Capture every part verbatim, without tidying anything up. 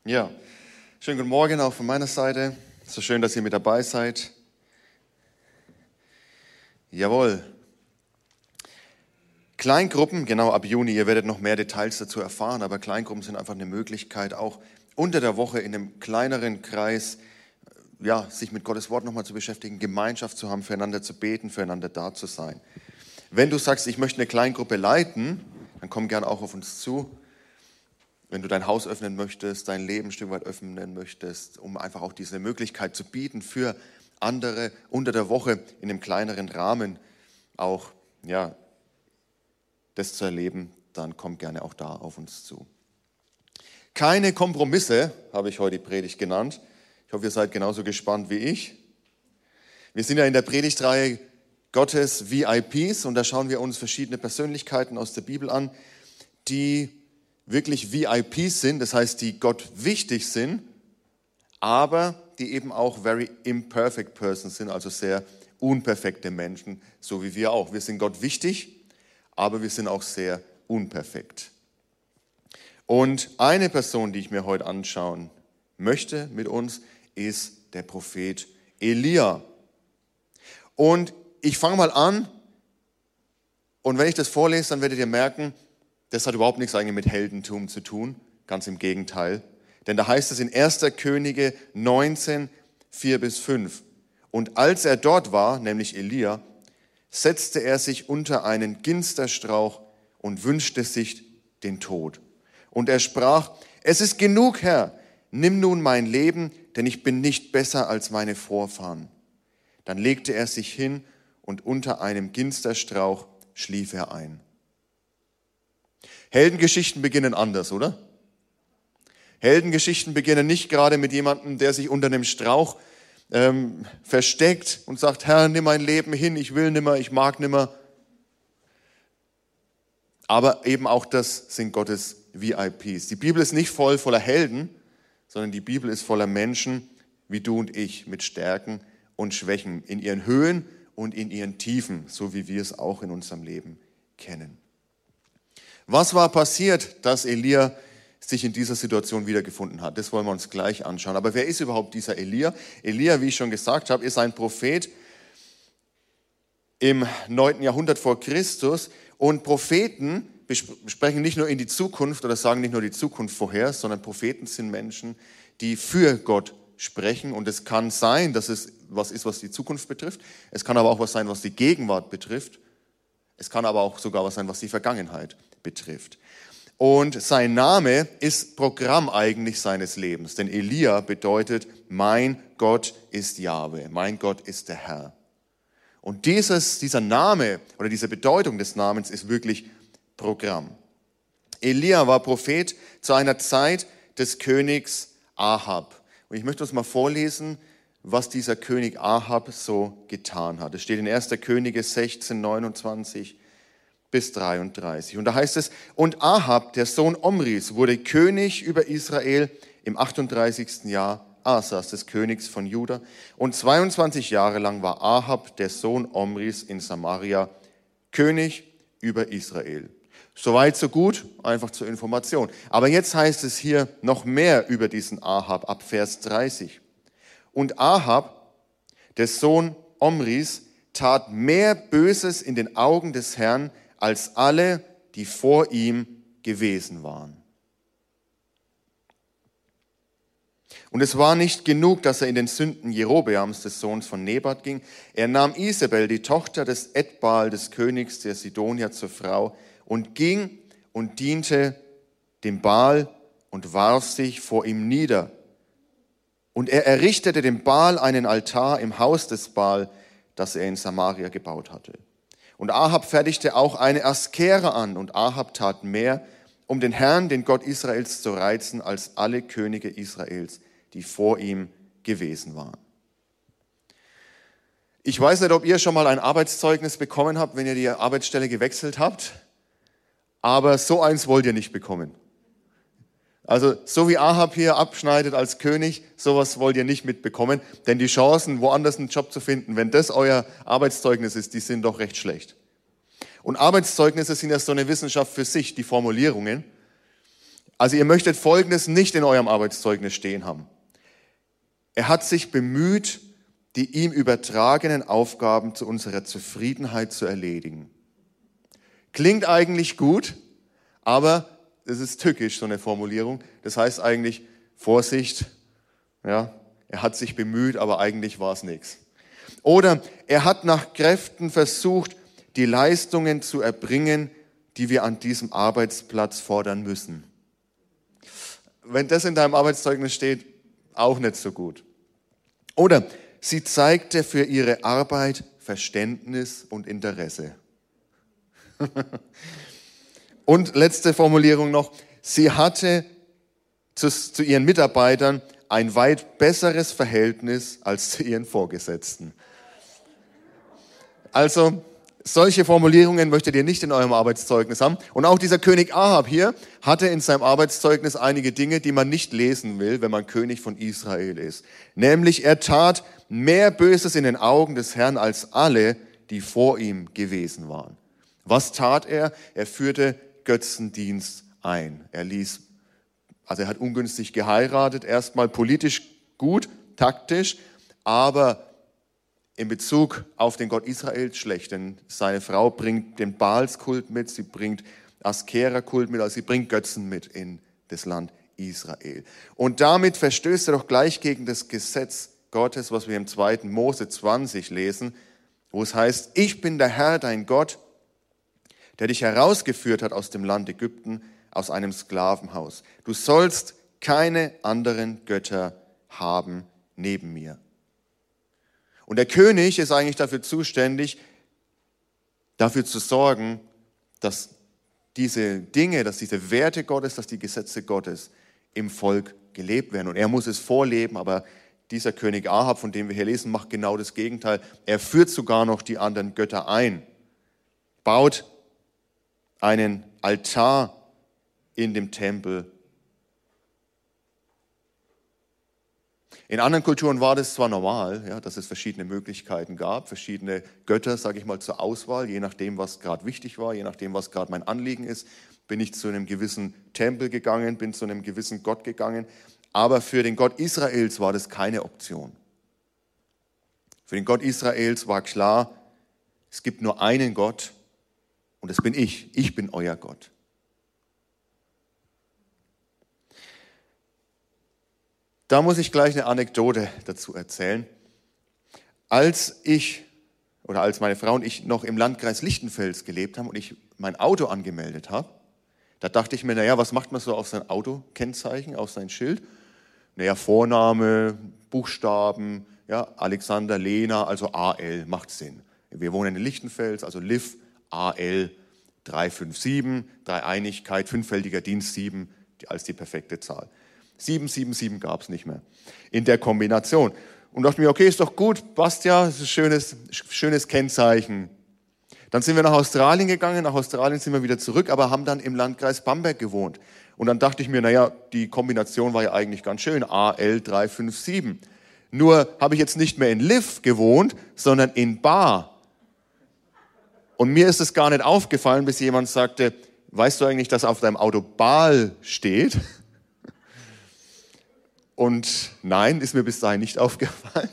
Ja, schönen guten Morgen auch von meiner Seite. So schön, dass ihr mit dabei seid. Jawohl. Kleingruppen, genau ab Juni, ihr werdet noch mehr Details dazu erfahren, aber Kleingruppen sind einfach eine Möglichkeit, auch unter der Woche in einem kleineren Kreis, ja, sich mit Gottes Wort nochmal zu beschäftigen, Gemeinschaft zu haben, füreinander zu beten, füreinander da zu sein. Wenn du sagst, ich möchte eine Kleingruppe leiten, dann komm gerne auch auf uns zu. Wenn du dein Haus öffnen möchtest, dein Leben ein Stück weit öffnen möchtest, um einfach auch diese Möglichkeit zu bieten für andere unter der Woche in einem kleineren Rahmen auch, ja, das zu erleben, dann komm gerne auch da auf uns zu. Keine Kompromisse, habe ich heute die Predigt genannt. Ich hoffe, ihr seid genauso gespannt wie ich. Wir sind ja in der Predigtreihe Gottes V I Ps und da schauen wir uns verschiedene Persönlichkeiten aus der Bibel an, die wirklich V I Ps sind, das heißt, die Gott wichtig sind, aber die eben auch very imperfect persons sind, also sehr unperfekte Menschen, so wie wir auch. Wir sind Gott wichtig, aber wir sind auch sehr unperfekt. Und eine Person, die ich mir heute anschauen möchte mit uns, ist der Prophet Elia. Und ich fange mal an und wenn ich das vorlese, dann werdet ihr merken, das hat überhaupt nichts eigentlich mit Heldentum zu tun, ganz im Gegenteil. Denn da heißt es in erster Könige neunzehn, vier bis fünf. Und als er dort war, nämlich Elia, setzte er sich unter einen Ginsterstrauch und wünschte sich den Tod. Und er sprach, es ist genug, Herr, nimm nun mein Leben, denn ich bin nicht besser als meine Vorfahren. Dann legte er sich hin und unter einem Ginsterstrauch schlief er ein. Heldengeschichten beginnen anders, oder? Heldengeschichten beginnen nicht gerade mit jemandem, der sich unter einem Strauch ähm, versteckt und sagt, Herr, nimm mein Leben hin, ich will nimmer, ich mag nimmer. Aber eben auch das sind Gottes V I Ps. Die Bibel ist nicht voll voller Helden, sondern die Bibel ist voller Menschen wie du und ich mit Stärken und Schwächen in ihren Höhen und in ihren Tiefen, so wie wir es auch in unserem Leben kennen. Was war passiert, dass Elia sich in dieser Situation wiedergefunden hat? Das wollen wir uns gleich anschauen. Aber wer ist überhaupt dieser Elia? Elia, wie ich schon gesagt habe, ist ein Prophet im neunten Jahrhundert vor Christus. Und Propheten sprechen nicht nur in die Zukunft oder sagen nicht nur die Zukunft vorher, sondern Propheten sind Menschen, die für Gott sprechen. Und es kann sein, dass es was ist, was die Zukunft betrifft. Es kann aber auch was sein, was die Gegenwart betrifft. Es kann aber auch sogar was sein, was die Vergangenheit betrifft. Und sein Name ist Programm eigentlich seines Lebens, denn Elia bedeutet, mein Gott ist Jahwe, mein Gott ist der Herr. Und dieses, dieser Name oder diese Bedeutung des Namens ist wirklich Programm. Elia war Prophet zu einer Zeit des Königs Ahab. Und ich möchte uns mal vorlesen, was dieser König Ahab so getan hat. Es steht in erster Könige sechzehn, neunundzwanzig bis dreiunddreißig. Und da heißt es, und Ahab, der Sohn Omris, wurde König über Israel im achtunddreißigsten Jahr Asas, des Königs von Juda. Und zweiundzwanzig Jahre lang war Ahab, der Sohn Omris, in Samaria König über Israel. Soweit, so gut, einfach zur Information. Aber jetzt heißt es hier noch mehr über diesen Ahab ab Vers dreißig. Und Ahab, der Sohn Omris, tat mehr Böses in den Augen des Herrn als alle, die vor ihm gewesen waren. Und es war nicht genug, dass er in den Sünden Jerobeams, des Sohns von Nebat, ging. Er nahm Isabel, die Tochter des Edbaal, des Königs der Sidonier, zur Frau und ging und diente dem Baal und warf sich vor ihm nieder. Und er errichtete dem Baal einen Altar im Haus des Baal, das er in Samaria gebaut hatte. Und Ahab fertigte auch eine Askere an und Ahab tat mehr, um den Herrn, den Gott Israels, zu reizen, als alle Könige Israels, die vor ihm gewesen waren. Ich weiß nicht, ob ihr schon mal ein Arbeitszeugnis bekommen habt, wenn ihr die Arbeitsstelle gewechselt habt, aber so eins wollt ihr nicht bekommen. Also so wie Ahab hier abschneidet als König, sowas wollt ihr nicht mitbekommen, denn die Chancen, woanders einen Job zu finden, wenn das euer Arbeitszeugnis ist, die sind doch recht schlecht. Und Arbeitszeugnisse sind ja so eine Wissenschaft für sich, die Formulierungen. Also ihr möchtet Folgendes nicht in eurem Arbeitszeugnis stehen haben. Er hat sich bemüht, die ihm übertragenen Aufgaben zu unserer Zufriedenheit zu erledigen. Klingt eigentlich gut, aber es ist tückisch, so eine Formulierung. Das heißt eigentlich, Vorsicht, ja, er hat sich bemüht, aber eigentlich war es nichts. Oder er hat nach Kräften versucht, die Leistungen zu erbringen, die wir an diesem Arbeitsplatz fordern müssen. Wenn das in deinem Arbeitszeugnis steht, auch nicht so gut. Oder sie zeigte für ihre Arbeit Verständnis und Interesse. Und letzte Formulierung noch, sie hatte zu, zu ihren Mitarbeitern ein weit besseres Verhältnis als zu ihren Vorgesetzten. Also, solche Formulierungen möchtet ihr nicht in eurem Arbeitszeugnis haben. Und auch dieser König Ahab hier hatte in seinem Arbeitszeugnis einige Dinge, die man nicht lesen will, wenn man König von Israel ist. Nämlich, er tat mehr Böses in den Augen des Herrn als alle, die vor ihm gewesen waren. Was tat er? Er führte Götzendienst ein. Er ließ, also er hat ungünstig geheiratet, erstmal politisch gut, taktisch, aber in Bezug auf den Gott Israels schlecht, denn seine Frau bringt den Baalskult mit, sie bringt Askera-Kult mit, also sie bringt Götzen mit in das Land Israel. Und damit verstößt er doch gleich gegen das Gesetz Gottes, was wir im zweiten Mose zwanzig lesen, wo es heißt, ich bin der Herr, dein Gott, der dich herausgeführt hat aus dem Land Ägypten, aus einem Sklavenhaus. Du sollst keine anderen Götter haben neben mir. Und der König ist eigentlich dafür zuständig, dafür zu sorgen, dass diese Dinge, dass diese Werte Gottes, dass die Gesetze Gottes im Volk gelebt werden. Und er muss es vorleben, aber dieser König Ahab, von dem wir hier lesen, macht genau das Gegenteil. Er führt sogar noch die anderen Götter ein, baut einen Altar in dem Tempel. In anderen Kulturen war das zwar normal, ja, dass es verschiedene Möglichkeiten gab, verschiedene Götter, sage ich mal, zur Auswahl, je nachdem, was gerade wichtig war, je nachdem, was gerade mein Anliegen ist, bin ich zu einem gewissen Tempel gegangen, bin zu einem gewissen Gott gegangen. Aber für den Gott Israels war das keine Option. Für den Gott Israels war klar, es gibt nur einen Gott und das bin ich. Ich bin euer Gott. Da muss ich gleich eine Anekdote dazu erzählen. Als ich oder als meine Frau und ich noch im Landkreis Lichtenfels gelebt haben und ich mein Auto angemeldet habe, da dachte ich mir, naja, was macht man so auf sein Autokennzeichen, auf sein Schild? Naja, Vorname, Buchstaben, ja, Alexander, Lena, also A L, macht Sinn. Wir wohnen in Lichtenfels, also Liv, A L, drei fünf sieben, Dreieinigkeit, fünffältiger Dienst, sieben als die perfekte Zahl. sieben sieben sieben gab es nicht mehr in der Kombination. Und dachte mir, okay, ist doch gut, passt ja, ist ein schönes, schönes Kennzeichen. Dann sind wir nach Australien gegangen, nach Australien sind wir wieder zurück, aber haben dann im Landkreis Bamberg gewohnt. Und dann dachte ich mir, naja, die Kombination war ja eigentlich ganz schön, A L drei fünf sieben. Nur habe ich jetzt nicht mehr in Liv gewohnt, sondern in Bar. Und mir ist es gar nicht aufgefallen, bis jemand sagte, weißt du eigentlich, dass auf deinem Auto Baal steht? Und nein, ist mir bis dahin nicht aufgefallen.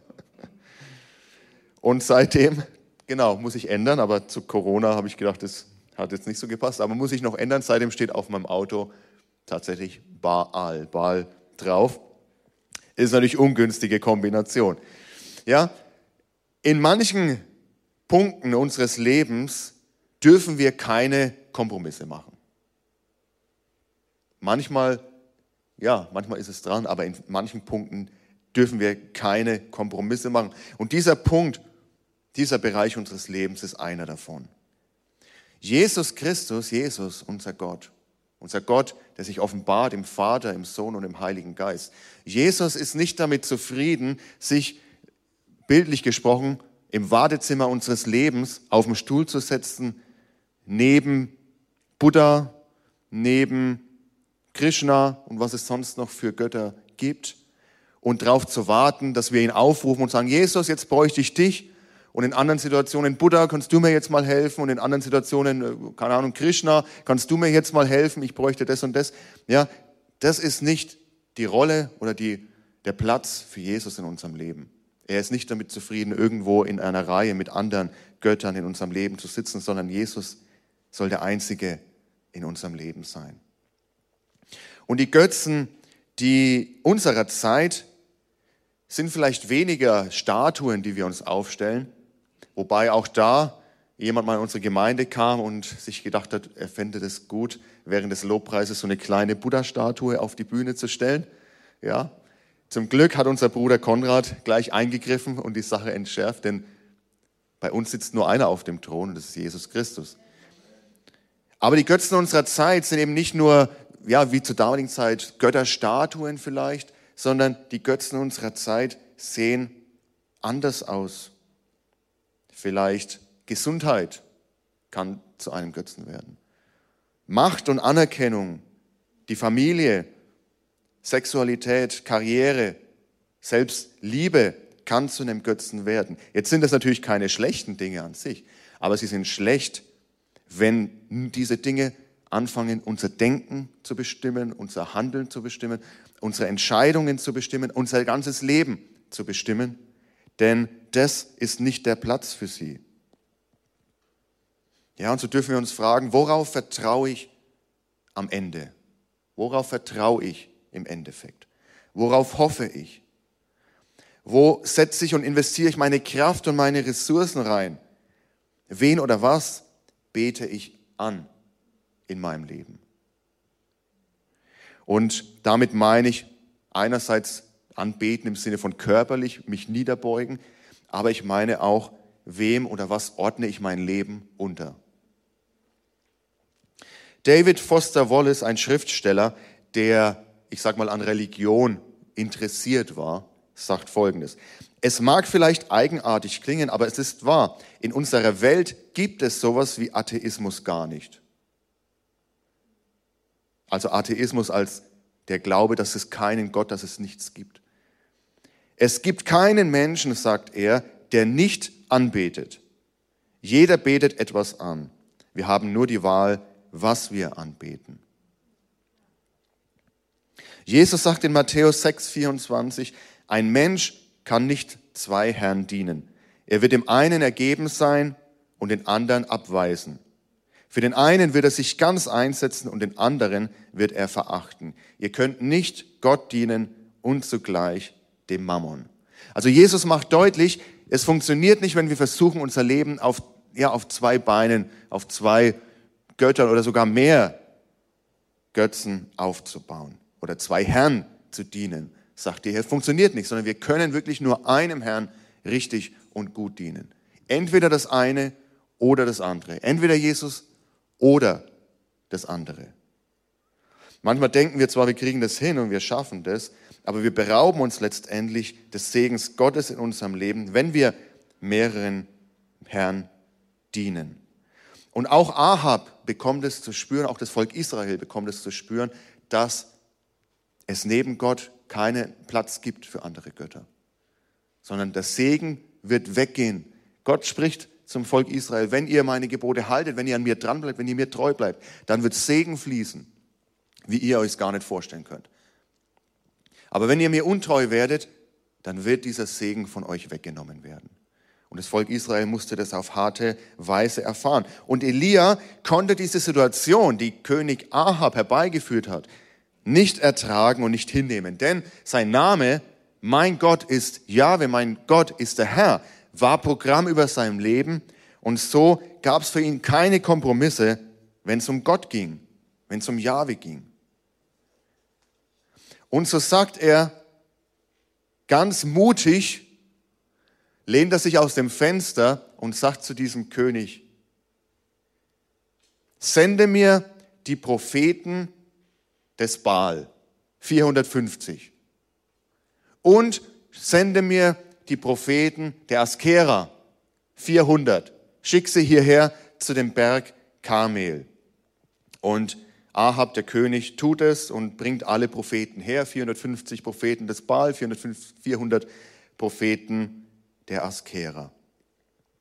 Und seitdem, genau, muss ich ändern, aber zu Corona habe ich gedacht, das hat jetzt nicht so gepasst, aber muss ich noch ändern. Seitdem steht auf meinem Auto tatsächlich Baal, Baal drauf. Ist natürlich eine ungünstige Kombination. Ja, in manchen Punkten unseres Lebens dürfen wir keine Kompromisse machen. Manchmal Ja, manchmal ist es dran, aber in manchen Punkten dürfen wir keine Kompromisse machen. Und dieser Punkt, dieser Bereich unseres Lebens ist einer davon. Jesus Christus, Jesus, unser Gott, unser Gott, der sich offenbart im Vater, im Sohn und im Heiligen Geist. Jesus ist nicht damit zufrieden, sich bildlich gesprochen im Wartezimmer unseres Lebens auf den Stuhl zu setzen, neben Buddha, neben Krishna und was es sonst noch für Götter gibt und darauf zu warten, dass wir ihn aufrufen und sagen, Jesus, jetzt bräuchte ich dich Und in anderen Situationen, Buddha, kannst du mir jetzt mal helfen? Und in anderen Situationen, keine Ahnung, Krishna, kannst du mir jetzt mal helfen? Ich bräuchte das und das. Ja, das ist nicht die Rolle oder die, der Platz für Jesus in unserem Leben. Er ist nicht damit zufrieden, irgendwo in einer Reihe mit anderen Göttern in unserem Leben zu sitzen, sondern Jesus soll der Einzige in unserem Leben sein. Und die Götzen, die unserer Zeit, sind vielleicht weniger Statuen, die wir uns aufstellen, wobei auch da jemand mal in unsere Gemeinde kam und sich gedacht hat, er fände das gut, während des Lobpreises so eine kleine Buddha-Statue auf die Bühne zu stellen. Ja. Zum Glück hat unser Bruder Konrad gleich eingegriffen und die Sache entschärft, denn bei uns sitzt nur einer auf dem Thron und das ist Jesus Christus. Aber die Götzen unserer Zeit sind eben nicht nur, ja, wie zur damaligen Zeit Götterstatuen vielleicht, sondern die Götzen unserer Zeit sehen anders aus. Vielleicht Gesundheit kann zu einem Götzen werden. Macht und Anerkennung, die Familie, Sexualität, Karriere, selbst Liebe kann zu einem Götzen werden. Jetzt sind das natürlich keine schlechten Dinge an sich, aber sie sind schlecht, wenn diese Dinge anfangen, unser Denken zu bestimmen, unser Handeln zu bestimmen, unsere Entscheidungen zu bestimmen, unser ganzes Leben zu bestimmen, denn das ist nicht der Platz für sie. Ja, und so dürfen wir uns fragen, worauf vertraue ich am Ende? Worauf vertraue ich im Endeffekt? Worauf hoffe ich? Wo setze ich und investiere ich meine Kraft und meine Ressourcen rein? Wen oder was bete ich an in meinem Leben? Und damit meine ich einerseits anbeten im Sinne von körperlich, mich niederbeugen, aber ich meine auch, wem oder was ordne ich mein Leben unter? David Foster Wallace, ein Schriftsteller, der, ich sag mal, an Religion interessiert war, sagt Folgendes: Es mag vielleicht eigenartig klingen, aber es ist wahr. In unserer Welt gibt es sowas wie Atheismus gar nicht. Also Atheismus als der Glaube, dass es keinen Gott, dass es nichts gibt. Es gibt keinen Menschen, sagt er, der nicht anbetet. Jeder betet etwas an. Wir haben nur die Wahl, was wir anbeten. Jesus sagt in Matthäus sechs, vierundzwanzig, ein Mensch kann nicht zwei Herren dienen. Er wird dem einen ergeben sein und den anderen abweisen. Für den einen wird er sich ganz einsetzen und den anderen wird er verachten. Ihr könnt nicht Gott dienen und zugleich dem Mammon. Also Jesus macht deutlich, es funktioniert nicht, wenn wir versuchen, unser Leben auf, ja, auf zwei Beinen, auf zwei Göttern oder sogar mehr Götzen aufzubauen oder zwei Herren zu dienen, sagt er. Es funktioniert nicht, sondern wir können wirklich nur einem Herrn richtig und gut dienen. Entweder das eine oder das andere. Entweder Jesus oder das andere. Manchmal denken wir zwar, wir kriegen das hin und wir schaffen das, aber wir berauben uns letztendlich des Segens Gottes in unserem Leben, wenn wir mehreren Herren dienen. Und auch Ahab bekommt es zu spüren, auch das Volk Israel bekommt es zu spüren, dass es neben Gott keinen Platz gibt für andere Götter, sondern der Segen wird weggehen. Gott spricht zum Volk Israel: Wenn ihr meine Gebote haltet, wenn ihr an mir dran bleibt, wenn ihr mir treu bleibt, dann wird Segen fließen, wie ihr euch gar nicht vorstellen könnt. Aber wenn ihr mir untreu werdet, dann wird dieser Segen von euch weggenommen werden. Und das Volk Israel musste das auf harte Weise erfahren. Und Elia konnte diese Situation, die König Ahab herbeigeführt hat, nicht ertragen und nicht hinnehmen. Denn sein Name, mein Gott ist Jahwe, mein Gott ist der Herr, war Programm über seinem Leben. Und so gab es für ihn keine Kompromisse, wenn es um Gott ging, wenn es um Jahwe ging. Und so sagt er ganz mutig, lehnt er sich aus dem Fenster und sagt zu diesem König: Sende mir die Propheten des Baal, vierhundertfünfzig, und sende mir die Propheten der Askera, vierhundert. Schick sie hierher zu dem Berg Karmel. Und Ahab, der König, tut es und bringt alle Propheten her, vierhundertfünfzig Propheten des Baal, vierhundert Propheten der Askera.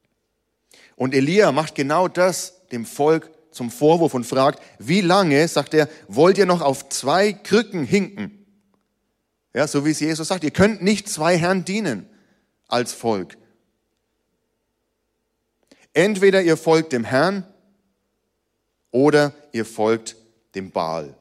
Und Elia macht genau das dem Volk zum Vorwurf und fragt, wie lange, sagt er, wollt ihr noch auf zwei Krücken hinken? Ja, so wie es Jesus sagt, ihr könnt nicht zwei Herren dienen als Volk. Entweder ihr folgt dem Herrn oder ihr folgt dem Baal.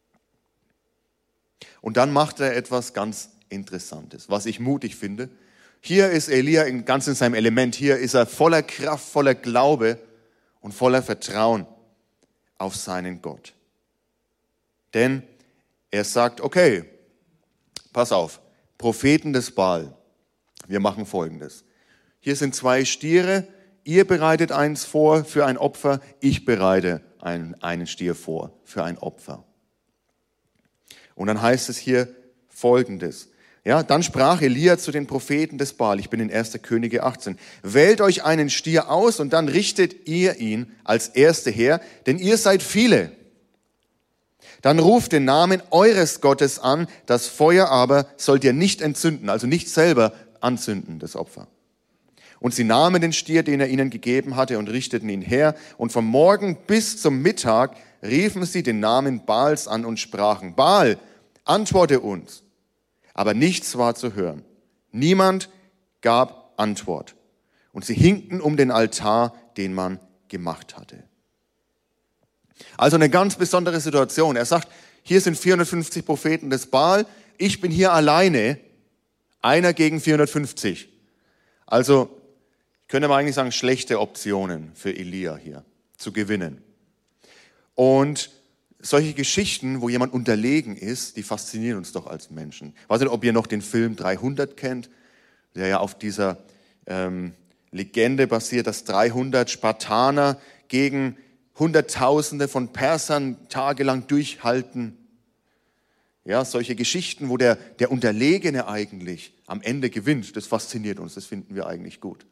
Und dann macht er etwas ganz Interessantes, was ich mutig finde. Hier ist Elia ganz in seinem Element. Hier ist er voller Kraft, voller Glaube und voller Vertrauen auf seinen Gott. Denn er sagt, okay, pass auf, Propheten des Baal, wir machen Folgendes. Hier sind zwei Stiere, ihr bereitet eins vor für ein Opfer, ich bereite einen, einen Stier vor für ein Opfer. Und dann heißt es hier Folgendes. Ja, dann sprach Elia zu den Propheten des Baal, ich bin in erster Könige achtzehn, wählt euch einen Stier aus und dann richtet ihr ihn als Erste her, denn ihr seid viele. Dann ruft den Namen eures Gottes an, das Feuer aber sollt ihr nicht entzünden, also nicht selber anzünden, das Opfer. Und sie nahmen den Stier, den er ihnen gegeben hatte, und richteten ihn her, und vom Morgen bis zum Mittag riefen sie den Namen Baals an und sprachen, Baal, antworte uns. Aber nichts war zu hören. Niemand gab Antwort. Und sie hinkten um den Altar, den man gemacht hatte. Also eine ganz besondere Situation. Er sagt, hier sind vierhundertfünfzig Propheten des Baal, ich bin hier alleine, einer gegen vierhundertfünfzig. Also könnte man eigentlich sagen, schlechte Optionen für Elia hier zu gewinnen. Und solche Geschichten, wo jemand unterlegen ist, die faszinieren uns doch als Menschen. Ich weiß nicht, ob ihr noch den Film dreihundert kennt, der ja auf dieser ähm, Legende basiert, dass dreihundert Spartaner gegen Hunderttausende von Persern tagelang durchhalten. Ja, solche Geschichten, wo der, der Unterlegene eigentlich am Ende gewinnt, das fasziniert uns, das finden wir eigentlich gut.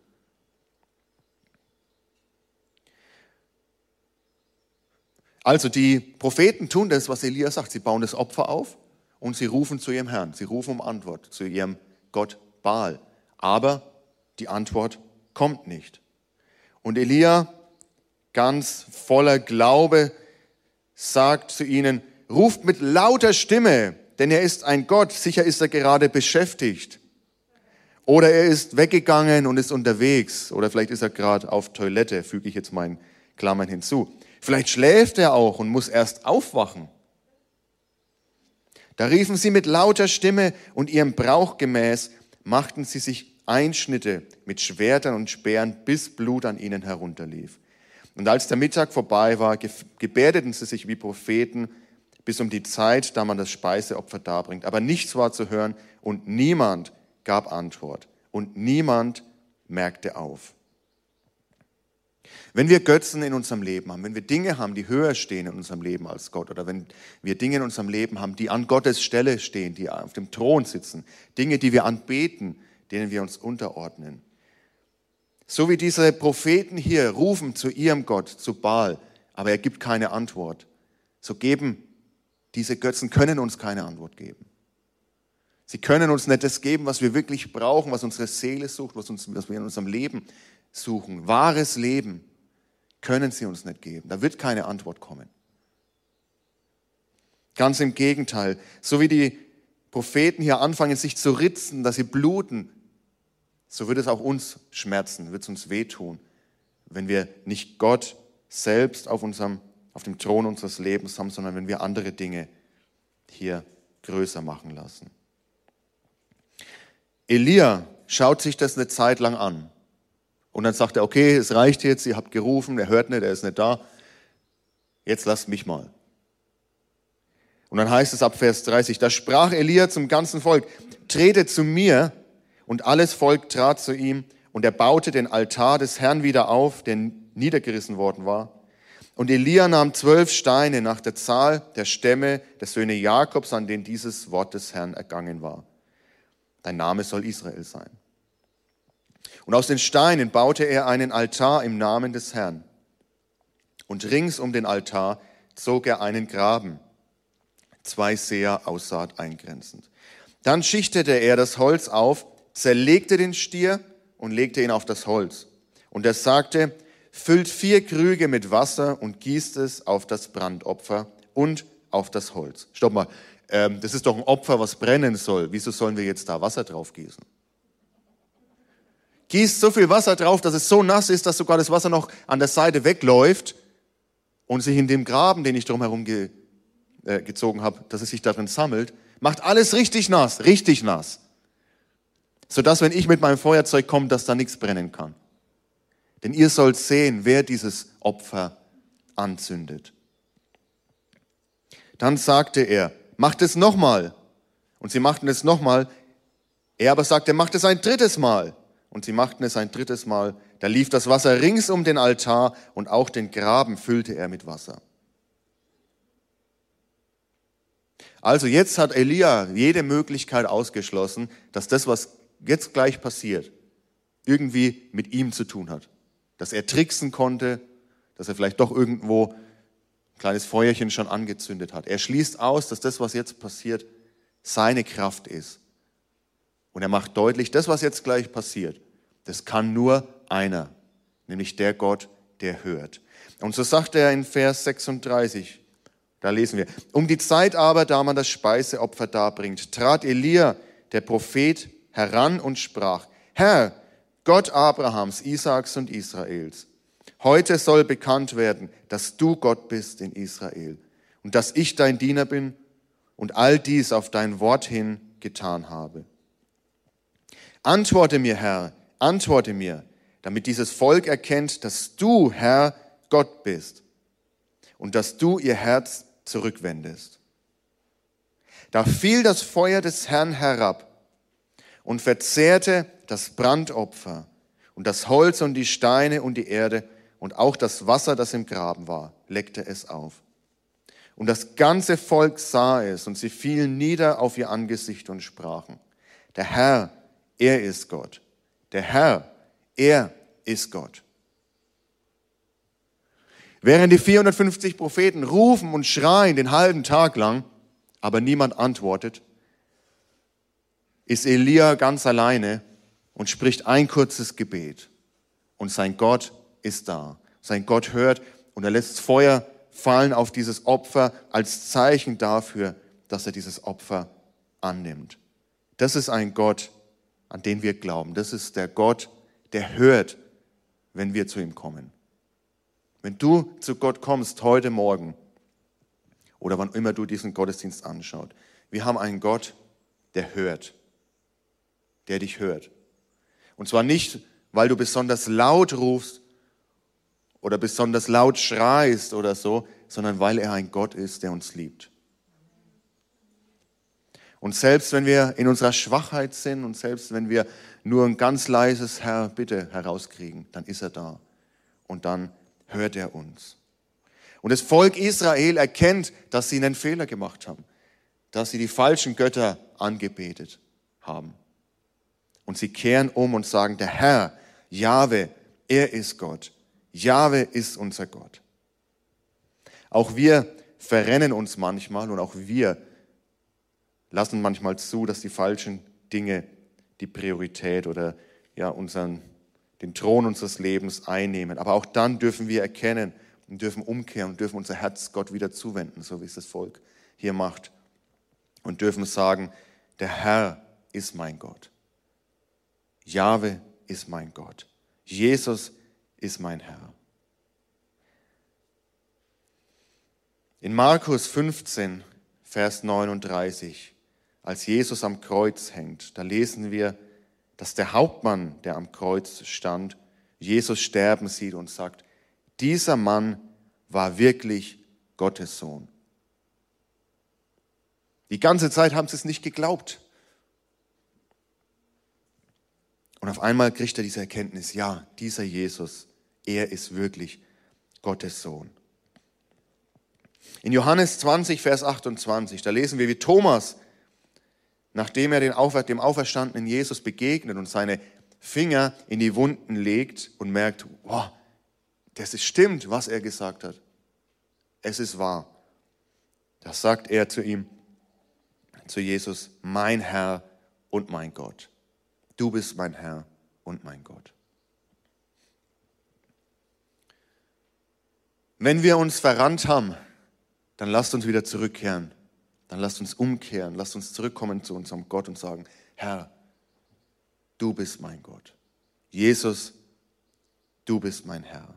Also die Propheten tun das, was Elia sagt. Sie bauen das Opfer auf und sie rufen zu ihrem Herrn. Sie rufen um Antwort zu ihrem Gott Baal. Aber die Antwort kommt nicht. Und Elia, ganz voller Glaube, sagt zu ihnen, ruft mit lauter Stimme, denn er ist ein Gott. Sicher ist er gerade beschäftigt. Oder er ist weggegangen und ist unterwegs. Oder vielleicht ist er gerade auf Toilette, füge ich jetzt meinen Klammern hinzu. Vielleicht schläft er auch und muss erst aufwachen. Da riefen sie mit lauter Stimme und ihrem Brauch gemäß machten sie sich Einschnitte mit Schwertern und Speeren, bis Blut an ihnen herunterlief. Und als der Mittag vorbei war, gebärdeten sie sich wie Propheten bis um die Zeit, da man das Speiseopfer darbringt. Aber nichts war zu hören und niemand gab Antwort und niemand merkte auf. Wenn wir Götzen in unserem Leben haben, wenn wir Dinge haben, die höher stehen in unserem Leben als Gott, oder wenn wir Dinge in unserem Leben haben, die an Gottes Stelle stehen, die auf dem Thron sitzen, Dinge, die wir anbeten, denen wir uns unterordnen. So wie diese Propheten hier rufen zu ihrem Gott, zu Baal, aber er gibt keine Antwort. So geben diese Götzen, können uns keine Antwort geben. Sie können uns nicht das geben, was wir wirklich brauchen, was unsere Seele sucht, was, uns, was wir in unserem Leben suchen. Wahres Leben können sie uns nicht geben. Da wird keine Antwort kommen. Ganz im Gegenteil. So wie die Propheten hier anfangen, sich zu ritzen, dass sie bluten, so wird es auch uns schmerzen, wird es uns wehtun, wenn wir nicht Gott selbst auf, unserem, auf dem Thron unseres Lebens haben, sondern wenn wir andere Dinge hier größer machen lassen. Elia schaut sich das eine Zeit lang an. Und dann sagt er, okay, es reicht jetzt, ihr habt gerufen, er hört nicht, er ist nicht da. Jetzt lasst mich mal. Und dann heißt es ab Vers dreißig, da sprach Elia zum ganzen Volk, tretet zu mir. Und alles Volk trat zu ihm und er baute den Altar des Herrn wieder auf, der niedergerissen worden war. Und Elia nahm zwölf Steine nach der Zahl der Stämme der Söhne Jakobs, an denen dieses Wort des Herrn ergangen war. Dein Name soll Israel sein. Und aus den Steinen baute er einen Altar im Namen des Herrn. Und rings um den Altar zog er einen Graben, zwei Seher Aussaat eingrenzend. Dann schichtete er das Holz auf, zerlegte den Stier und legte ihn auf das Holz. Und er sagte, füllt vier Krüge mit Wasser und gießt es auf das Brandopfer und auf das Holz. Stopp mal, ähm, das ist doch ein Opfer, was brennen soll. Wieso sollen wir jetzt da Wasser drauf gießen? Gießt so viel Wasser drauf, dass es so nass ist, dass sogar das Wasser noch an der Seite wegläuft und sich in dem Graben, den ich drumherum ge, äh, gezogen habe, dass es sich darin sammelt. Macht alles richtig nass, richtig nass. Sodass, wenn ich mit meinem Feuerzeug komme, dass da nichts brennen kann. Denn ihr sollt sehen, wer dieses Opfer anzündet. Dann sagte er, macht es nochmal. Und sie machten es nochmal. Er aber sagte, macht es ein drittes Mal. Und sie machten es ein drittes Mal. Da lief das Wasser rings um den Altar und auch den Graben füllte er mit Wasser. Also jetzt hat Elia jede Möglichkeit ausgeschlossen, dass das, was jetzt gleich passiert, irgendwie mit ihm zu tun hat. Dass er tricksen konnte, dass er vielleicht doch irgendwo ein kleines Feuerchen schon angezündet hat. Er schließt aus, dass das, was jetzt passiert, seine Kraft ist. Und er macht deutlich, das, was jetzt gleich passiert, das kann nur einer, nämlich der Gott, der hört. Und so sagt er in Vers sechsunddreißig, da lesen wir, um die Zeit aber, da man das Speiseopfer darbringt, trat Elia, der Prophet, heran und sprach, Herr, Gott Abrahams, Isaaks und Israels, heute soll bekannt werden, dass du Gott bist in Israel und dass ich dein Diener bin und all dies auf dein Wort hin getan habe. Antworte mir, Herr, antworte mir, damit dieses Volk erkennt, dass du, Herr, Gott bist und dass du ihr Herz zurückwendest. Da fiel das Feuer des Herrn herab und verzehrte das Brandopfer und das Holz und die Steine und die Erde und auch das Wasser, das im Graben war, leckte es auf. Und das ganze Volk sah es und sie fielen nieder auf ihr Angesicht und sprachen, der Herr, er ist Gott. Der Herr, er ist Gott. Während die vierhundertfünfzig Propheten rufen und schreien den halben Tag lang, aber niemand antwortet, ist Elia ganz alleine und spricht ein kurzes Gebet. Und sein Gott ist da. Sein Gott hört und er lässt Feuer fallen auf dieses Opfer als Zeichen dafür, dass er dieses Opfer annimmt. Das ist ein Gott, an den wir glauben. Das ist der Gott, der hört, wenn wir zu ihm kommen. Wenn du zu Gott kommst heute Morgen oder wann immer du diesen Gottesdienst anschaust, wir haben einen Gott, der hört, der dich hört. Und zwar nicht, weil du besonders laut rufst oder besonders laut schreist oder so, sondern weil er ein Gott ist, der uns liebt. Und selbst wenn wir in unserer Schwachheit sind und selbst wenn wir nur ein ganz leises Herr, bitte herauskriegen, dann ist er da. Und dann hört er uns. Und das Volk Israel erkennt, dass sie einen Fehler gemacht haben, dass sie die falschen Götter angebetet haben. Und sie kehren um und sagen, der Herr, Jahwe, er ist Gott. Jahwe ist unser Gott. Auch wir verrennen uns manchmal und auch wir lassen manchmal zu, dass die falschen Dinge die Priorität oder ja, unseren, den Thron unseres Lebens einnehmen. Aber auch dann dürfen wir erkennen und dürfen umkehren und dürfen unser Herz Gott wieder zuwenden, so wie es das Volk hier macht. Und dürfen sagen, der Herr ist mein Gott. Jahwe ist mein Gott. Jesus ist mein Herr. In Markus fünfzehn, Vers neununddreißig, als Jesus am Kreuz hängt, da lesen wir, dass der Hauptmann, der am Kreuz stand, Jesus sterben sieht und sagt, dieser Mann war wirklich Gottes Sohn. Die ganze Zeit haben sie es nicht geglaubt. Und auf einmal kriegt er diese Erkenntnis, ja, dieser Jesus, er ist wirklich Gottes Sohn. In Johannes zwanzig, Vers achtundzwanzig, da lesen wir, wie Thomas, nachdem er den Aufer- dem auferstandenen Jesus begegnet und seine Finger in die Wunden legt und merkt, wow, das ist stimmt, was er gesagt hat. Es ist wahr. Da sagt er zu ihm, zu Jesus, mein Herr und mein Gott. Du bist mein Herr und mein Gott. Wenn wir uns verrannt haben, dann lasst uns wieder zurückkehren. Dann lasst uns umkehren, lasst uns zurückkommen zu unserem Gott und sagen, Herr, du bist mein Gott. Jesus, du bist mein Herr.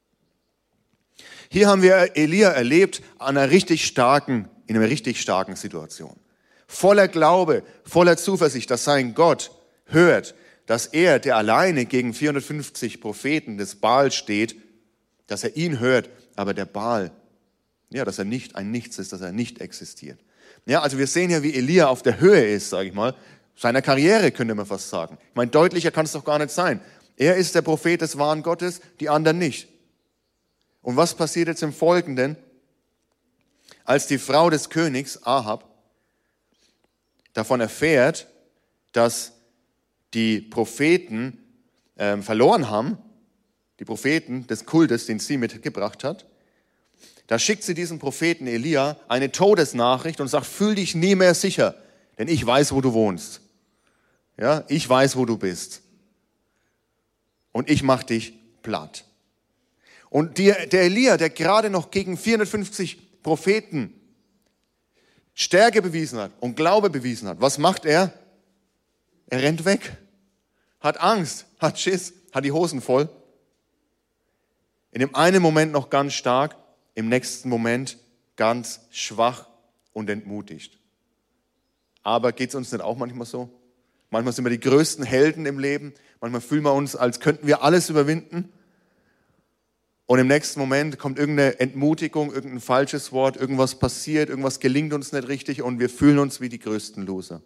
Hier haben wir Elia erlebt an einer richtig starken, in einer richtig starken Situation. Voller Glaube, voller Zuversicht, dass sein Gott hört, dass er, der alleine gegen vierhundertfünfzig Propheten des Baal steht, dass er ihn hört, aber der Baal, ja, dass er nicht ein Nichts ist, dass er nicht existiert. Ja, also wir sehen ja, wie Elia auf der Höhe ist, sage ich mal, seiner Karriere, könnte man fast sagen. Ich meine, deutlicher kann es doch gar nicht sein. Er ist der Prophet des wahren Gottes, die anderen nicht. Und was passiert jetzt im Folgenden? Als die Frau des Königs, Ahab, davon erfährt, dass die Propheten äh, verloren haben, die Propheten des Kultes, den sie mitgebracht hat, da schickt sie diesem Propheten Elia eine Todesnachricht und sagt, fühl dich nie mehr sicher, denn ich weiß, wo du wohnst. Ja, ich weiß, wo du bist. Und ich mach dich platt. Und die, der Elia, der gerade noch gegen vierhundertfünfzig Propheten Stärke bewiesen hat und Glaube bewiesen hat, was macht er? Er rennt weg, hat Angst, hat Schiss, hat die Hosen voll. In dem einen Moment noch ganz stark, im nächsten Moment ganz schwach und entmutigt. Aber geht es uns nicht auch manchmal so? Manchmal sind wir die größten Helden im Leben, manchmal fühlen wir uns, als könnten wir alles überwinden. Und im nächsten Moment kommt irgendeine Entmutigung, irgendein falsches Wort, irgendwas passiert, irgendwas gelingt uns nicht richtig und wir fühlen uns wie die größten Loser.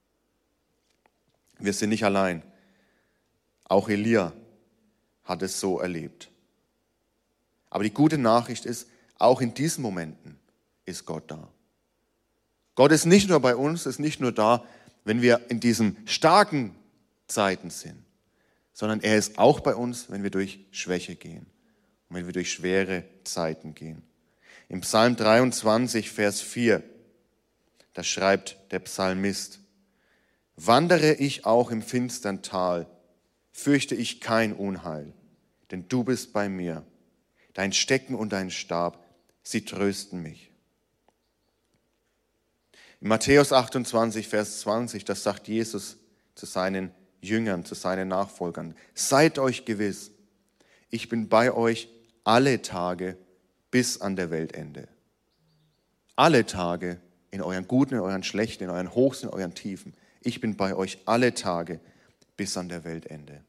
Wir sind nicht allein. Auch Elia hat es so erlebt. Aber die gute Nachricht ist, auch in diesen Momenten ist Gott da. Gott ist nicht nur bei uns, ist nicht nur da, wenn wir in diesen starken Zeiten sind, sondern er ist auch bei uns, wenn wir durch Schwäche gehen. Und wenn wir durch schwere Zeiten gehen. Im Psalm dreiundzwanzig, Vers vier, da schreibt der Psalmist, wandere ich auch im finstern Tal, fürchte ich kein Unheil, denn du bist bei mir. Dein Stecken und dein Stab, sie trösten mich. In Matthäus achtundzwanzig, Vers zwanzig, das sagt Jesus zu seinen Jüngern, zu seinen Nachfolgern. Seid euch gewiss, ich bin bei euch alle Tage bis an der Weltende. Alle Tage, in euren Guten, in euren Schlechten, in euren Hochs, in euren Tiefen. Ich bin bei euch alle Tage bis an der Weltende.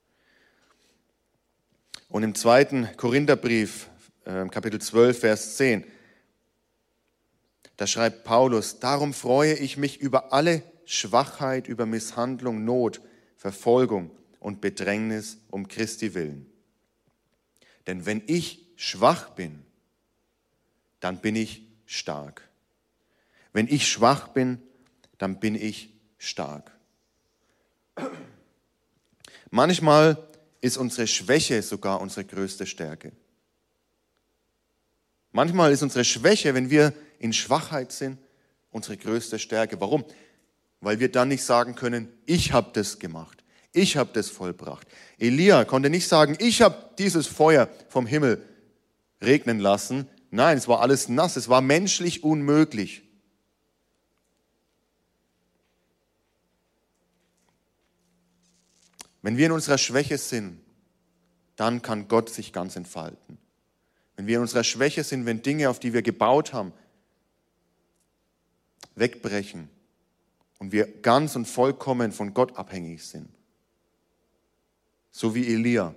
Und im zweiten Korintherbrief, Kapitel zwölf, Vers zehn, da schreibt Paulus, darum freue ich mich über alle Schwachheit, über Misshandlung, Not, Verfolgung und Bedrängnis um Christi willen. Denn wenn ich schwach bin, dann bin ich stark. Wenn ich schwach bin, dann bin ich stark. Manchmal ist unsere Schwäche sogar unsere größte Stärke. Manchmal ist unsere Schwäche, wenn wir in Schwachheit sind, unsere größte Stärke. Warum? Weil wir dann nicht sagen können, ich habe das gemacht, ich habe das vollbracht. Elia konnte nicht sagen, ich habe dieses Feuer vom Himmel regnen lassen. Nein, es war alles nass, es war menschlich unmöglich. Wenn wir in unserer Schwäche sind, dann kann Gott sich ganz entfalten. Wenn wir in unserer Schwäche sind, wenn Dinge, auf die wir gebaut haben, wegbrechen und wir ganz und vollkommen von Gott abhängig sind. So wie Elia.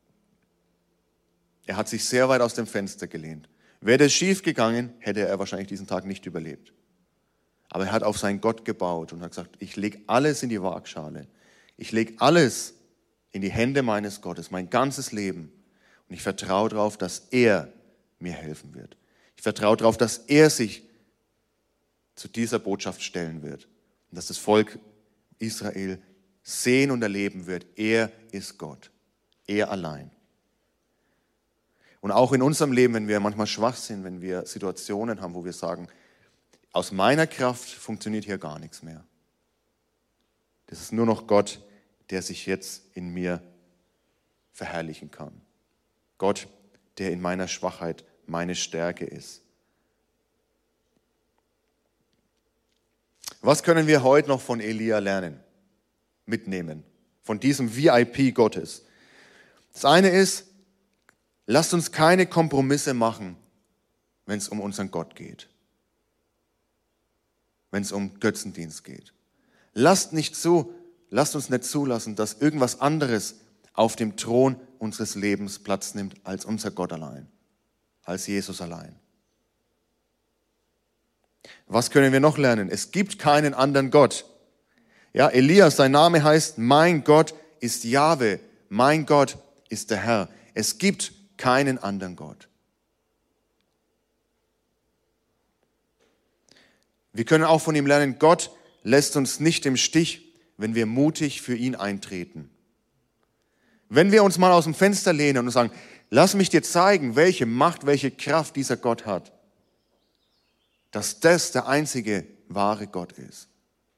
Er hat sich sehr weit aus dem Fenster gelehnt. Wäre das schief gegangen, hätte er wahrscheinlich diesen Tag nicht überlebt. Aber er hat auf seinen Gott gebaut und hat gesagt, ich lege alles in die Waagschale. Ich lege alles in die Hände meines Gottes, mein ganzes Leben. Und ich vertraue darauf, dass er mir helfen wird. Ich vertraue darauf, dass er sich zu dieser Botschaft stellen wird. Und dass das Volk Israel sehen und erleben wird, er ist Gott. Er allein. Und auch in unserem Leben, wenn wir manchmal schwach sind, wenn wir Situationen haben, wo wir sagen, aus meiner Kraft funktioniert hier gar nichts mehr. Das ist nur noch Gott, der sich jetzt in mir verherrlichen kann. Gott, der in meiner Schwachheit meine Stärke ist. Was können wir heute noch von Elia lernen, mitnehmen, von diesem V I P Gottes? Das eine ist, lasst uns keine Kompromisse machen, wenn es um unseren Gott geht, wenn es um Götzendienst geht. Lasst nicht zu, lasst uns nicht zulassen, dass irgendwas anderes auf dem Thron unseres Lebens Platz nimmt als unser Gott allein, als Jesus allein. Was können wir noch lernen? Es gibt keinen anderen Gott. Ja, Elia, sein Name heißt, mein Gott ist Jahwe, mein Gott ist der Herr. Es gibt keinen anderen Gott. Wir können auch von ihm lernen, Gott lässt uns nicht im Stich, wenn wir mutig für ihn eintreten. Wenn wir uns mal aus dem Fenster lehnen und sagen, lass mich dir zeigen, welche Macht, welche Kraft dieser Gott hat, dass das der einzige wahre Gott ist,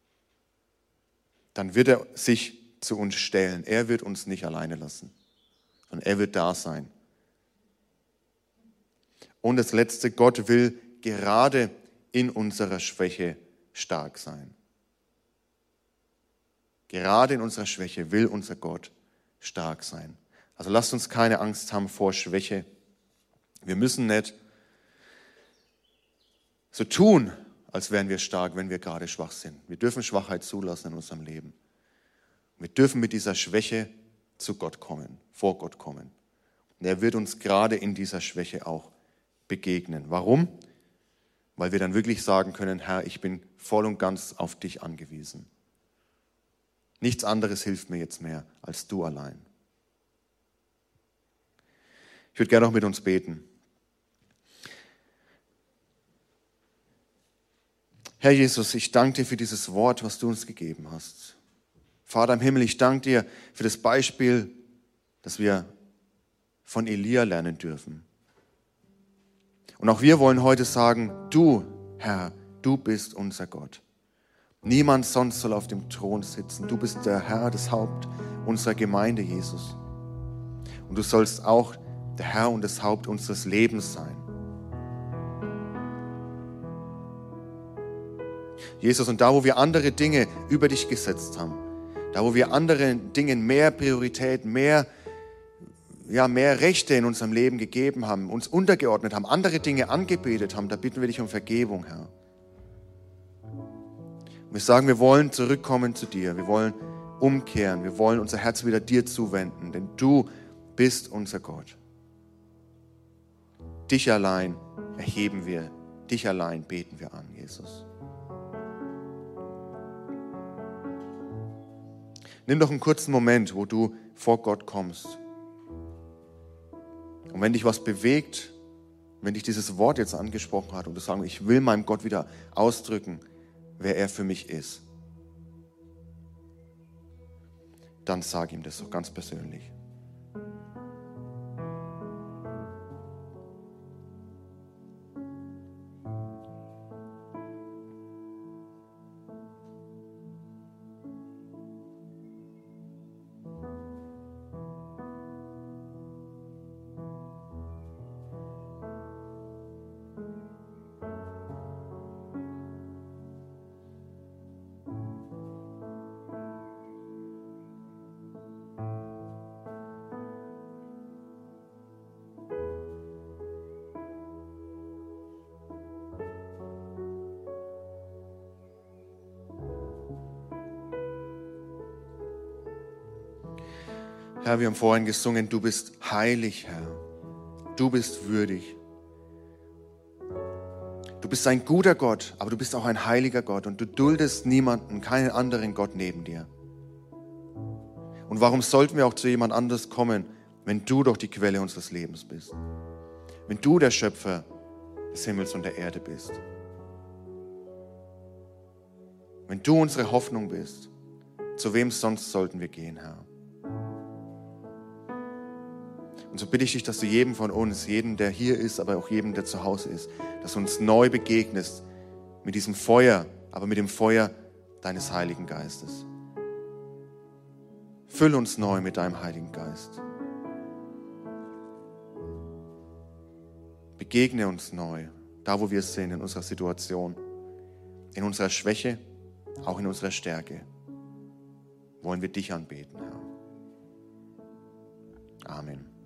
dann wird er sich zu uns stellen. Er wird uns nicht alleine lassen, sondern er wird da sein. Und das Letzte, Gott will gerade in unserer Schwäche stark sein. Gerade in unserer Schwäche will unser Gott stark sein. Also lasst uns keine Angst haben vor Schwäche. Wir müssen nicht so tun, als wären wir stark, wenn wir gerade schwach sind. Wir dürfen Schwachheit zulassen in unserem Leben. Wir dürfen mit dieser Schwäche zu Gott kommen, vor Gott kommen. Und er wird uns gerade in dieser Schwäche auch begegnen. Warum? Weil wir dann wirklich sagen können, Herr, ich bin voll und ganz auf dich angewiesen. Nichts anderes hilft mir jetzt mehr als du allein. Ich würde gerne noch mit uns beten. Herr Jesus, ich danke dir für dieses Wort, was du uns gegeben hast. Vater im Himmel, ich danke dir für das Beispiel, das wir von Elia lernen dürfen. Und auch wir wollen heute sagen, du, Herr, du bist unser Gott. Niemand sonst soll auf dem Thron sitzen. Du bist der Herr, das Haupt unserer Gemeinde, Jesus. Und du sollst auch der Herr und das Haupt unseres Lebens sein. Jesus, und da, wo wir andere Dinge über dich gesetzt haben, da, wo wir anderen Dingen mehr Priorität, mehr, ja, mehr Rechte in unserem Leben gegeben haben, uns untergeordnet haben, andere Dinge angebetet haben, da bitten wir dich um Vergebung, Herr. Und wir sagen, wir wollen zurückkommen zu dir, wir wollen umkehren, wir wollen unser Herz wieder dir zuwenden, denn du bist unser Gott. Dich allein erheben wir, dich allein beten wir an, Jesus. Nimm doch einen kurzen Moment, wo du vor Gott kommst. Und wenn dich was bewegt, wenn dich dieses Wort jetzt angesprochen hat und du sagst, ich will meinem Gott wieder ausdrücken, wer er für mich ist, dann sag ihm das doch ganz persönlich. Herr, wir haben vorhin gesungen, du bist heilig, Herr. Du bist würdig. Du bist ein guter Gott, aber du bist auch ein heiliger Gott und du duldest niemanden, keinen anderen Gott neben dir. Und warum sollten wir auch zu jemand anderes kommen, wenn du doch die Quelle unseres Lebens bist? Wenn du der Schöpfer des Himmels und der Erde bist? Wenn du unsere Hoffnung bist, zu wem sonst sollten wir gehen, Herr? Und so bitte ich dich, dass du jedem von uns, jedem, der hier ist, aber auch jedem, der zu Hause ist, dass du uns neu begegnest mit diesem Feuer, aber mit dem Feuer deines Heiligen Geistes. Füll uns neu mit deinem Heiligen Geist. Begegne uns neu, da wo wir sind, in unserer Situation, in unserer Schwäche, auch in unserer Stärke. Wollen wir dich anbeten, Herr. Amen.